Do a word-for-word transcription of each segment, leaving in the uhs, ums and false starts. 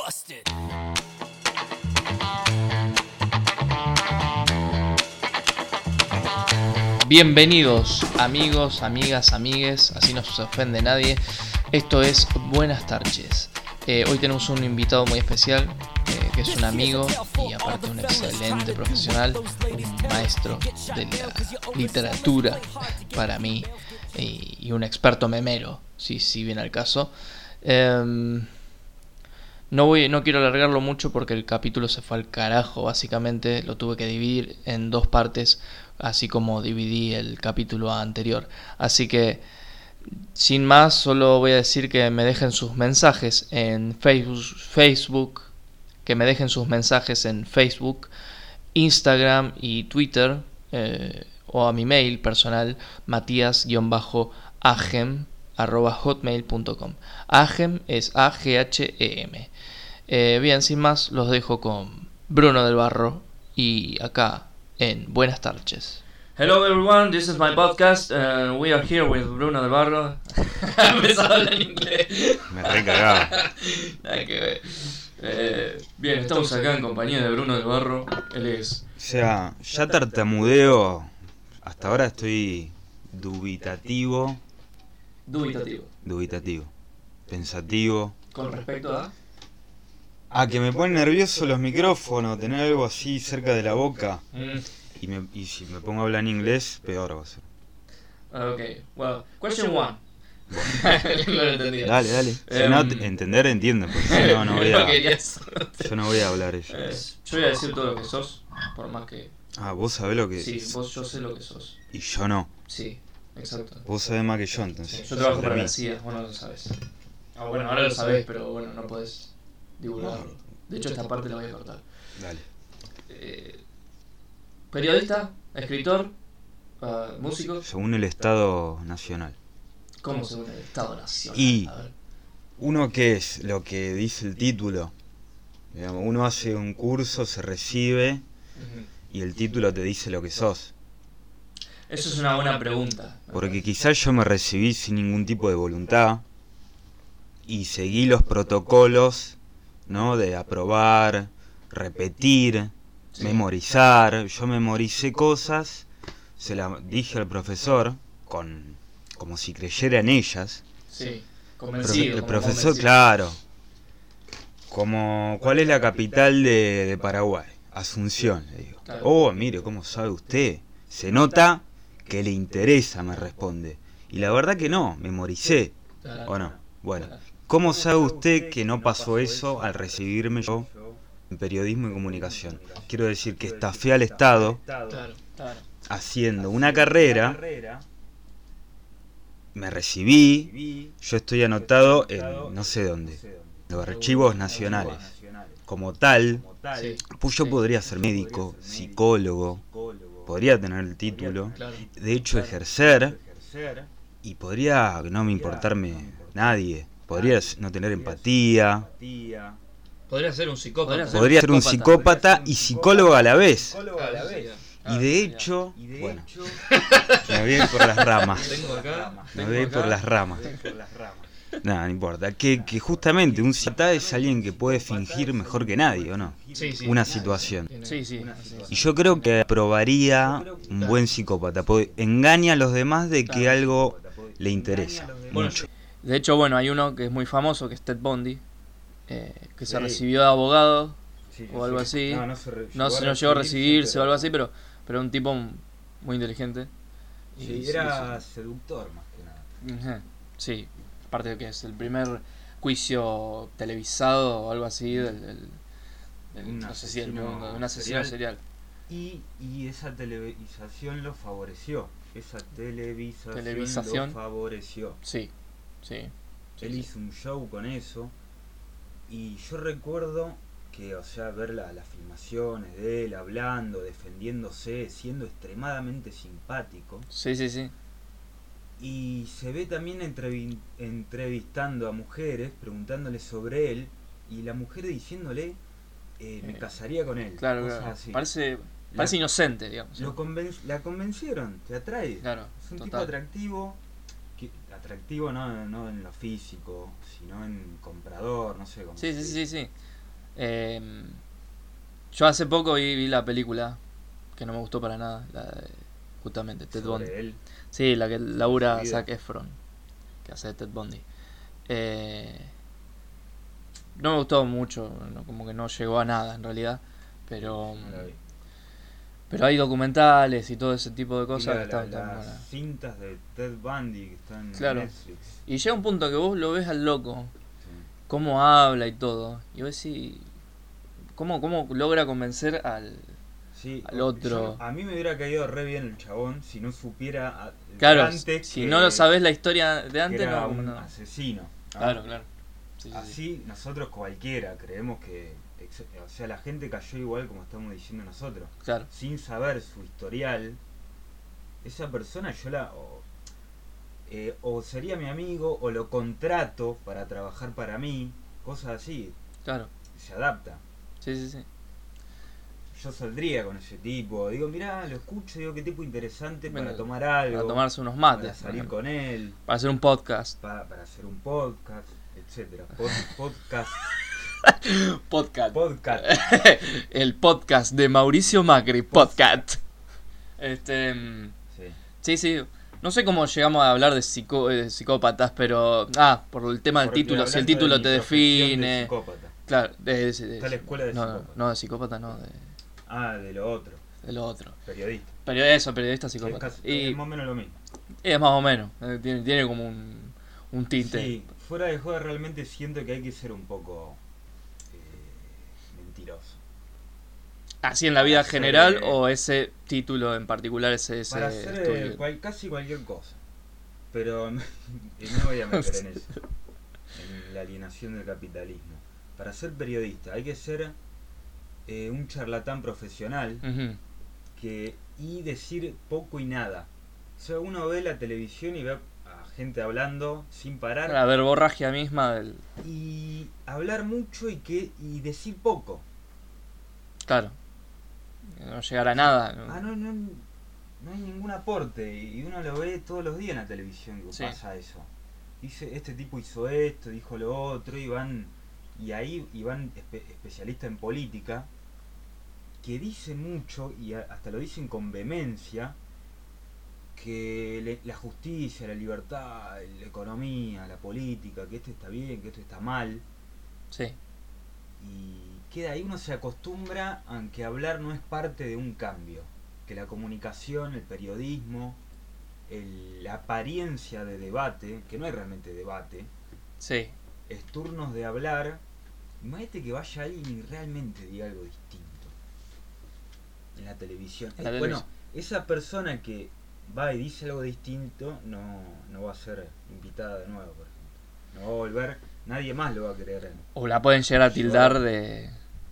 busted. Bienvenidos amigos, amigas, amigues, así no se ofende nadie. Esto es Buenas Tarches. Eh, hoy tenemos un invitado muy especial, eh, que es un amigo y aparte un excelente profesional, un maestro de la literatura para mí y, y un experto memero, si, si viene al caso. Eh, no, voy, no quiero alargarlo mucho porque el capítulo se fue al carajo, básicamente lo tuve que dividir en dos partes, así como dividí el capítulo anterior. Así que, sin más, solo voy a decir que me dejen sus mensajes en Facebook, que me dejen sus mensajes en Facebook, Instagram y Twitter, eh, o a mi mail personal, matías-agem arroba hotmail punto com. Agem es A G H E M. Eh, bien, sin más, los dejo con Bruno del Barro y acá en Buenas Tarches. Hello everyone, this is my podcast and we are here with Bruno del Barro. Empezaba a hablar en inglés. Me re cagaba. Nada que ver. Eh, bien, estamos acá en compañía de Bruno del Barro. Él es... O sea, ya tartamudeo. Hasta ahora estoy dubitativo. Dubitativo. Dubitativo. Pensativo. Con respecto a... A que me ponen nervioso los micrófonos, tener algo así cerca de la boca. Mm. Y, me, y si me pongo a hablar en inglés, peor va a ser. Ok, well, question one. No lo entendí. Dale, dale. Si Um, no, t- entender entiendo, porque si no, no voy a, querías. yo no voy a hablar eso. Eh, yo voy a decir todo lo que sos, por más que... Ah, vos sabés lo que Sí, es. vos yo sé lo que sos. Y yo no. Sí, exacto. Vos sabés más que yo, entonces. Sí, yo trabajo Sobre para mí. la C I A, vos no lo sabés. Ah, bueno, ahora lo sabés, pero bueno, no podés divulgarlo. De hecho, esta parte la voy a cortar. Dale. Eh, periodista, escritor, uh, músico. Según el Estado Nacional. ¿Cómo según el Estado Nacional? Y- A ver. Uno, ¿qué es lo que dice el título? Digamos, uno hace un curso, se recibe Ujú. y el título te dice lo que sos. Eso es una buena pregunta. Porque quizás yo me recibí sin ningún tipo de voluntad y seguí los protocolos, ¿no? De aprobar, repetir, Sí. memorizar. Yo memoricé cosas, se las dije al profesor con como si creyera en ellas. Sí, Profe- convencido. el como profesor, convencido. claro. Como, ¿cuál es la capital de, de Paraguay? Asunción, le digo. Claro. Oh, mire, ¿cómo sabe usted? Se nota que le interesa, me responde. Y la verdad que no, memoricé. Claro. ¿O no? Bueno, Claro. ¿cómo sabe usted que no pasó eso al recibirme yo en periodismo y comunicación? Quiero decir que estafé al Estado Claro, claro. haciendo una carrera, me recibí, yo estoy anotado en no sé dónde, los archivos nacionales. Como tal, Sí. pues yo Sí. podría ser médico, psicólogo, podría tener el título, Claro. de hecho ejercer, y podría no me importarme nadie, podría no tener empatía, Podría ser un psicópata. podría ser un psicópata y psicólogo a la vez. Ah, Y de hecho, bueno, me voy a ir por las ramas. Tengo acá. Me tengo voy a ir acá. por las ramas. Nada, no importa. Que, que justamente un psicópata es alguien que puede fingir mejor que nadie, ¿o no? Sí, sí. Una situación. Sí, sí. Y yo creo que aprobaría un buen psicópata, porque engaña a los demás de que algo le interesa mucho. De hecho, bueno, hay uno que es muy famoso, que es Ted Bundy, eh, que se Sí. recibió de abogado o algo así. No, no se, re- No se no llegó a recibirse o algo así, pero pero un tipo muy inteligente. Y Sí, sí, era seductor más que nada. Ujú. Sí, aparte de que es el primer juicio televisado o algo así del, del- del- Un no sé si del asesino mundo, de un asesino serial. Y, y esa televisación lo favoreció. Esa televisación, Televisación. lo favoreció. Sí, sí. sí, Él sí. hizo un show con eso. Y yo recuerdo que, o sea, ver la- las filmaciones de él hablando, defendiéndose, siendo extremadamente simpático. Sí, sí, sí. Y se ve también entrevi- entrevistando a mujeres, preguntándoles sobre él. Y la mujer diciéndole, eh, me Eh, casaría con él. Claro, cosas claro. así. Parece, La- parece inocente, digamos. Lo conven- la convencieron, te atrae. Claro, Es un tipo total. atractivo, que, atractivo no, no en lo físico, sino en comprador, no sé cómo. Sí, se sí, sí, dice. sí. Eh, yo hace poco vi, vi la película, que no me gustó para nada, la de, justamente, Ted Bundy. Él. Sí, la que labura Zac Efron, que hace de Ted Bundy. Eh, no me gustó mucho, no, como que no llegó a nada en realidad, pero... No la vi. Pero hay documentales y todo ese tipo de cosas Y la, que están, la, están las buenas. cintas de Ted Bundy que están Claro. en Netflix. Y llega un punto que vos lo ves al loco, Sí. cómo habla y todo, y vos decís, ¿cómo, cómo logra convencer al, Sí, al otro? yo- a mí me hubiera caído re bien el chabón si no supiera a- Claro, antes si que, no lo sabés la historia de que antes, era no, un no. asesino. ¿no? Claro, claro. Sí, sí, sí. Así nosotros cualquiera creemos que, ex- o sea, la gente cayó igual como estamos diciendo nosotros, Claro, sin saber su historial. Esa persona yo la o, eh, o sería mi amigo o lo contrato para trabajar para mí, cosas así, claro. se adapta. Sí, sí, sí. Yo saldría con ese tipo, digo, mirá, lo escucho, digo, qué tipo interesante Bueno, para tomar algo, Para tomarse unos para mates, por salir ejemplo. con él, Para hacer un podcast. para, para hacer un podcast, etcétera. Pod- podcast, Podcast. podcast. El podcast de Mauricio Macri, podcast. Este, mm, Sí. sí, sí. No sé cómo llegamos a hablar de, psicó- de psicópatas, pero... Ah, por el tema del Porque título. Si el hablando de título mi te profesión de define... psicópata. Claro, de, de- de- Está la escuela de no, psicópata. no, de psicópata, no, de, Ah, de lo otro, de lo otro. periodista. Pero eso, periodista Sí, es, psicópata. casi- Y es más o menos lo mismo. es más o menos. eh, Tiene, tiene como un, un tinte. Sí, fuera de joda realmente siento que hay que ser un poco eh, mentiroso. ¿Así en la vida Para hacer, general eh, o ese título en particular, ese, ese Para hacer eh, estudio? cual- casi cualquier cosa. Pero no me voy a meter en eso. En la alienación del capitalismo. Para ser periodista hay que ser eh, un charlatán profesional Ujú. que y decir poco y nada. O sea, uno ve la televisión y ve a gente hablando sin parar La verborragia misma del... y hablar mucho y que y decir poco. Claro. No llegar a nada. ¿no? Ah, no, no, no hay ningún aporte y uno lo ve todos los días en la televisión que Sí. pasa eso. Dice, este tipo hizo esto, dijo lo otro, y van, y ahí y van espe- especialistas en política que dicen mucho y a- hasta lo dicen con vehemencia que le- la justicia, la libertad, la economía, la política, que esto está bien, que esto está mal, Sí. y queda ahí, uno se acostumbra a que hablar no es parte de un cambio, que la comunicación, el periodismo, el- la apariencia de debate, que no hay realmente debate, Sí. es turnos de hablar. Imagínate que vaya alguien y realmente diga algo distinto en la televisión. En la Eh, bueno, televisión. esa persona que va y dice algo distinto no, no va a ser invitada de nuevo, por ejemplo. No va a volver, nadie más lo va a querer. O la pueden llegar a tildar de...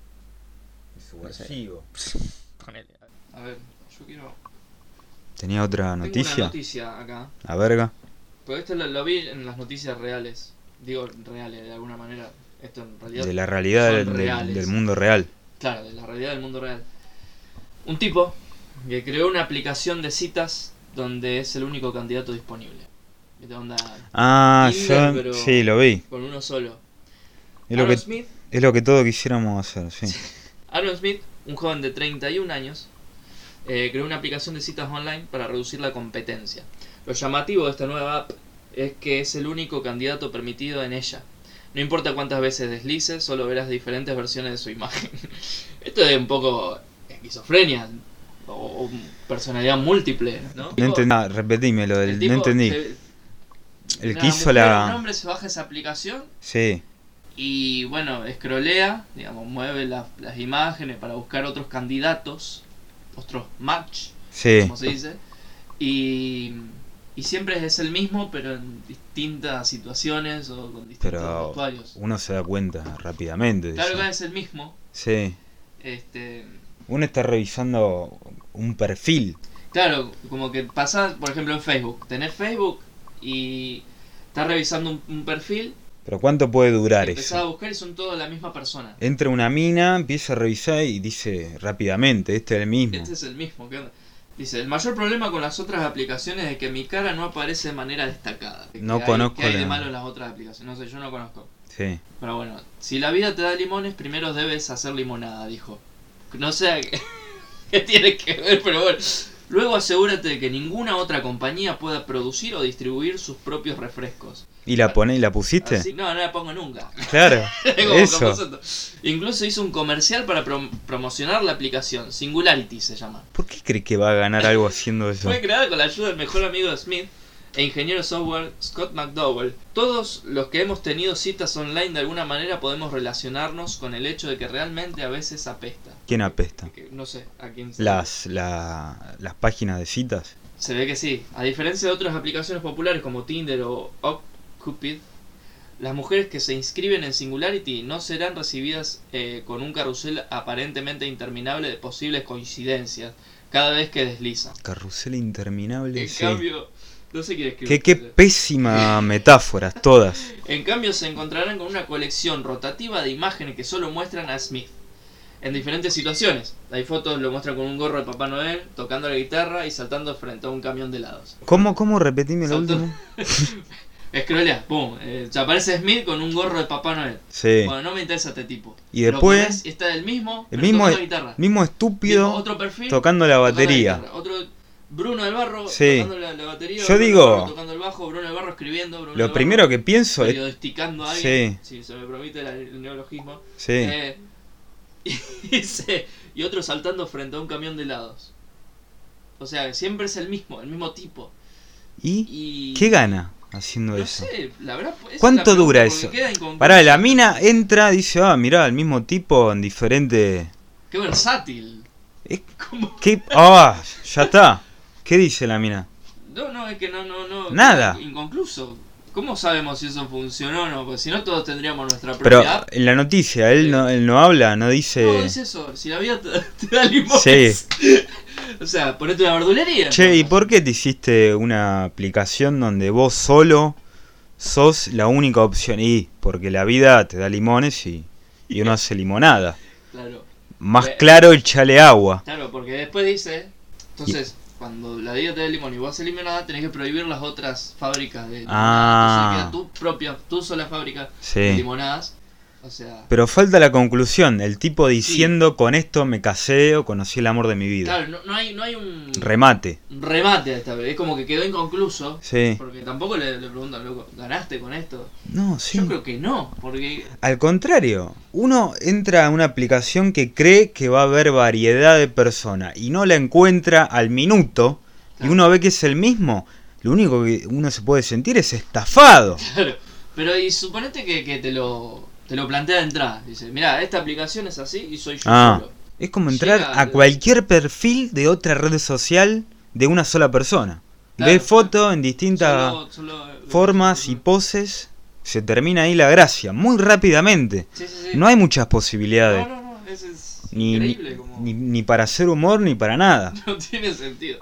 Es subversivo. Ponele. A ver, yo quiero... ¿Tenía otra Tengo noticia? una noticia acá. La verga. Pero esto lo, lo vi en las noticias reales. Digo reales, de alguna manera. Esto en realidad... De la realidad son del, del- reales. del mundo real. Claro, de la realidad del mundo real. Un tipo que creó una aplicación de citas donde es el único candidato disponible. ¿Viste? Onda Ah, Tinder, yo pero- sí, lo vi. con uno solo. Es lo, Aaron que, Smith, es lo que todos quisiéramos hacer, sí. Aaron Smith, un joven de treinta y un años, eh, creó una aplicación de citas online para reducir la competencia. Lo llamativo de esta nueva app es que es el único candidato permitido en ella. No importa cuántas veces deslices, solo verás diferentes versiones de su imagen. Esto es un poco esquizofrenia o, o personalidad múltiple, ¿no? No entendí, ah, repetime lo del, El tipo no entendí. se- El la que hizo mujer, la... Un hombre se baja esa aplicación Sí, y bueno, escrolea, digamos, mueve la- las imágenes para buscar otros candidatos, otros match, sí. como se dice, y, y siempre es el mismo, pero en distintas situaciones o con distintos Pero vestuarios. uno se da cuenta rápidamente de Claro eso. que es el mismo, Sí. este, Uno está revisando un perfil. claro, como que pasás, por ejemplo, en Facebook, tenés Facebook y estás revisando un, un perfil, Pero ¿cuánto puede durar y empezás a eso? buscar y son todos la misma persona. Entra una mina, empieza a revisar y dice rápidamente, este es el mismo. Este es el mismo, ¿qué onda? Dice, el mayor problema con las otras aplicaciones es que mi cara no aparece de manera destacada. No ¿Qué hay- conozco ¿Qué hay de la- malo en las otras aplicaciones? No sé, yo no conozco. Sí. Pero bueno, si la vida te da limones, primero debes hacer limonada, dijo. No sé qué, qué tiene que ver, pero bueno. Luego asegúrate de que ninguna otra compañía pueda producir o distribuir sus propios refrescos. ¿Y la pone y la pusiste? Así, no, no la pongo nunca. Claro, Como eso. Capozoto. Incluso hizo un comercial para prom- promocionar la aplicación. Singularity se llama. ¿Por qué cree que va a ganar algo haciendo eso? Fue creada con la ayuda del mejor amigo de Smith e ingeniero de software Scott McDowell. Todos los que hemos tenido citas online de alguna manera podemos relacionarnos con el hecho de que realmente a veces apesta. ¿Quién apesta? Que- no sé, a quién se- Las, la, las páginas de citas. Se ve que sí. A diferencia de otras aplicaciones populares como Tinder o OkCupid, las mujeres que se inscriben en Singularity no serán recibidas eh, con un carrusel aparentemente interminable de posibles coincidencias cada vez que deslizan. Carrusel interminable. En Sí. cambio, no sé quién escribe. Qué, qué pésima metáforas, todas. En cambio, se encontrarán con una colección rotativa de imágenes que solo muestran a Smith en diferentes situaciones. Hay fotos, lo muestran con un gorro de Papá Noel, tocando la guitarra y saltando frente a un camión de helados. ¿Cómo, cómo? Repetime lo Saltó- último. Escrolea, pum, eh, te aparece Smith con un gorro de Papá Noel. Sí. Bueno, no me interesa este tipo. Y Lo después, pones y está el mismo, el pero mismo, tocando guitarra. mismo Mismo estúpido otro perfil, tocando la tocando batería. guitarra. Otro Bruno del Barro Sí. tocando la, la batería. Yo Bruno del digo- Barro tocando el bajo, Bruno del Barro escribiendo. Bruno del Lo Barro primero que pienso es... periodisticando a Sí. alguien, si se me permite la- el neologismo. Sí. Eh, y, se- y otro saltando frente a un camión de helados. O sea, siempre es el mismo, el mismo tipo. ¿Y Y qué gana haciendo no eso? sé, la verdad, esa es ¿Cuánto la pregunta, dura porque eso? queda inconcluso. Pará, la mina entra, dice, ah, mirá, el mismo tipo en diferente... Qué versátil. Es- ¿Cómo? ¿Qué? Ah, ya está. ¿Qué dice la mina? No, no, es que no, no, no. Nada. queda Inconcluso. ¿Cómo sabemos si eso funcionó o no? Porque si no, todos tendríamos nuestra propia Pero app. en la noticia, él Sí. no, él no habla, no dice... No, dice eso. Si la vida te, te da limones. Sí. O sea, ponete una verdulería. Che, ¿y entonces. por qué te hiciste una aplicación donde vos solo sos la única opción? Y porque la vida te da limones y, y uno hace limonada. Claro, Más Eh, claro, echale agua. claro, porque después dice. Entonces, cuando la vida te da limón y vos haces limonada, tenés que prohibir las otras fábricas de limonada. Ah. Entonces queda tu propia, tu sola fábrica de Sí. limonadas. O sea. Pero falta la conclusión, el tipo diciendo con esto me casé o conocí el amor de mi vida. Claro, no, no hay, no hay un, Remate. un remate a esta vez. Es como que quedó inconcluso. Sí. Porque tampoco le, le preguntan, loco, ¿ganaste con esto? No, sí. Yo creo que no, porque. Al contrario, uno entra a una aplicación que cree que va a haber variedad de personas y no la encuentra al minuto y Claro. uno ve que es el mismo. Lo único que uno se puede sentir es estafado. Claro. Pero y suponete que, que te lo te lo plantea de entrada. Dice, mira, esta aplicación es así y soy yo Ah, solo. es como entrar Llega a al- cualquier perfil de otra red social de una sola persona. Claro, Ve fotos en distintas Solo- solo- formas y poses, se termina ahí la gracia, muy rápidamente. Sí, sí, sí. No hay muchas posibilidades, No, no, no, eso es ni, ni, increíble. Como... ni, ni para hacer humor ni para nada. No tiene sentido.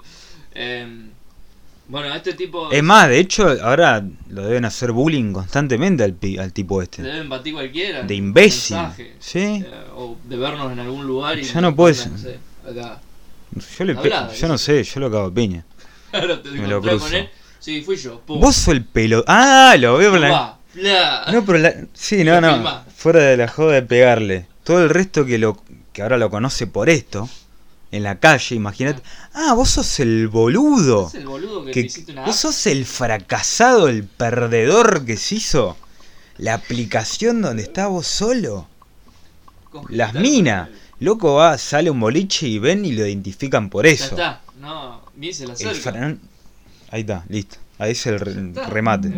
Eh, bueno, este tipo. Es más, de hecho, ahora lo deben hacer bullying constantemente al, pi- al tipo Se este. deben batir cualquiera. De un imbécil. mensaje, ¿Sí? eh, o de vernos en algún lugar y. Ya no puede no ser. sé, acá. Yo, le pe- hablada, yo no sé, yo lo cago a piña. Claro, te Me lo encontrás cruzo. con él. Sí, fui yo. Pum. Vos sos el pelo... Ah, lo veo por la... Va, fla. No, pero la... Sí, no, Lo no. filmá. Fuera de la joda de pegarle. Todo el resto que lo que ahora lo conoce por esto, en la calle, imagínate. Ah, vos sos el boludo. Es el boludo que, Que te hiciste una vos app. sos el fracasado, el perdedor que se hizo la aplicación donde estás vos solo. Las Conquistar minas. con él. Loco va, sale un boliche y ven y lo identifican por Ya eso. está. No, ni se la El acerca. fra- Ahí está, listo. Ahí es el re- Ya está. remate.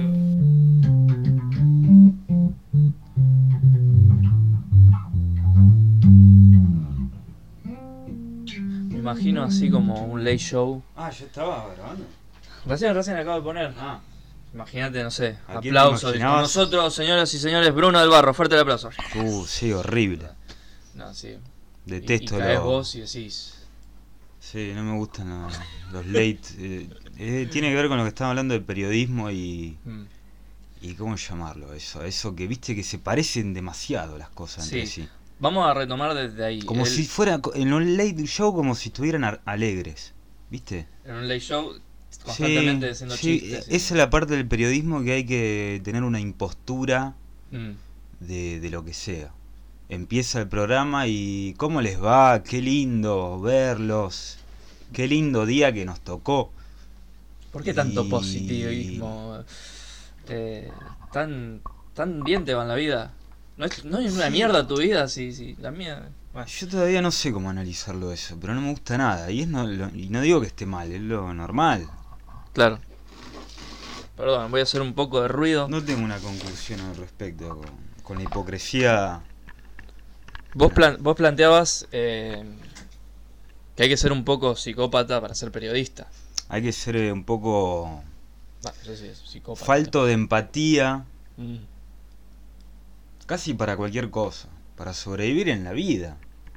Me imagino así como un late show. Ah, ya estaba grabando. Recién, recién acabo de poner. Ah. Imagínate, no sé, ¿A quién te aplausos. Con imaginabas? nosotros, señoras y señores, Bruno del Barro, fuerte el aplauso. Uh, sí, horrible. No, sí. Detesto y, y caes los... vos y decís. Sí, no me gustan los, los late. eh, eh, tiene que ver con lo que estamos hablando de periodismo y... mm, y ¿cómo llamarlo eso? Eso que viste que se parecen demasiado las cosas entre Sí. sí. Vamos a retomar desde ahí. Como El- si fuera co- en un late show como si estuvieran ar- alegres. ¿Viste? En un late show, constantemente Sí, diciendo sí, chistes. esa es la parte del periodismo que hay que tener una impostura Mm, de, de lo que sea. Empieza el programa y ¿cómo les va? Qué lindo verlos. Qué lindo día que nos tocó. ¿Por qué tanto Y- positivismo? Eh, tan, tan bien te va en la vida. No es, no es una mierda tu vida, si, si la mía. Bueno, Yo todavía no sé cómo analizarlo eso, pero no me gusta nada. Y, es no, lo- y no digo que esté mal, es lo normal. claro. Perdón, voy a hacer un poco de ruido. No tengo una conclusión al respecto. Con, con la hipocresía... Vos, plan- vos planteabas eh, que hay que ser un poco psicópata para ser periodista. Hay que ser eh, un poco Va, no sé si es psicópata. falto de empatía, Mm, casi para cualquier cosa, para sobrevivir en la vida,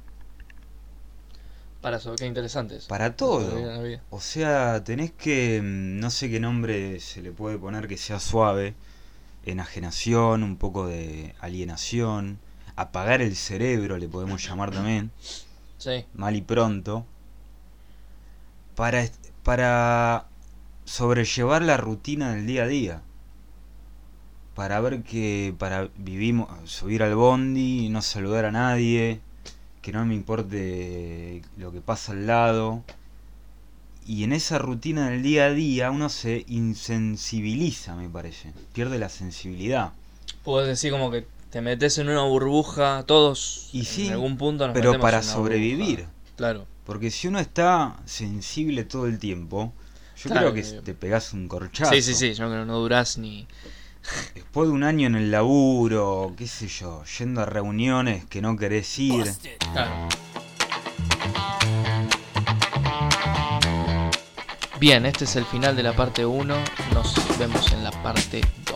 para eso, qué interesante eso. para Para todo. sobrevivir en la vida. O sea, tenés que, mm, no sé qué nombre se le puede poner que sea suave, enajenación, un poco de alienación, apagar el cerebro le podemos llamar también, Sí, mal y pronto, para, est- para sobrellevar la rutina del día a día. Para ver que para vivimos, subir al bondi, no saludar a nadie, que no me importe lo que pasa al lado. Y en esa rutina del día a día uno se insensibiliza, me parece. Pierde la sensibilidad. puedes decir como que te metes en una burbuja, todos Y sí, en algún punto nos pero metemos para en una sobrevivir. burbuja. Claro, Porque si uno está sensible todo el tiempo, yo Claro, creo que eh, te pegás un corchazo. sí, sí, sí, yo creo que no durás ni... Después de un año en el laburo, qué sé yo, yendo a reuniones que no querés ir. Claro. Bien, este es el final de la parte uno, nos vemos en la parte dos.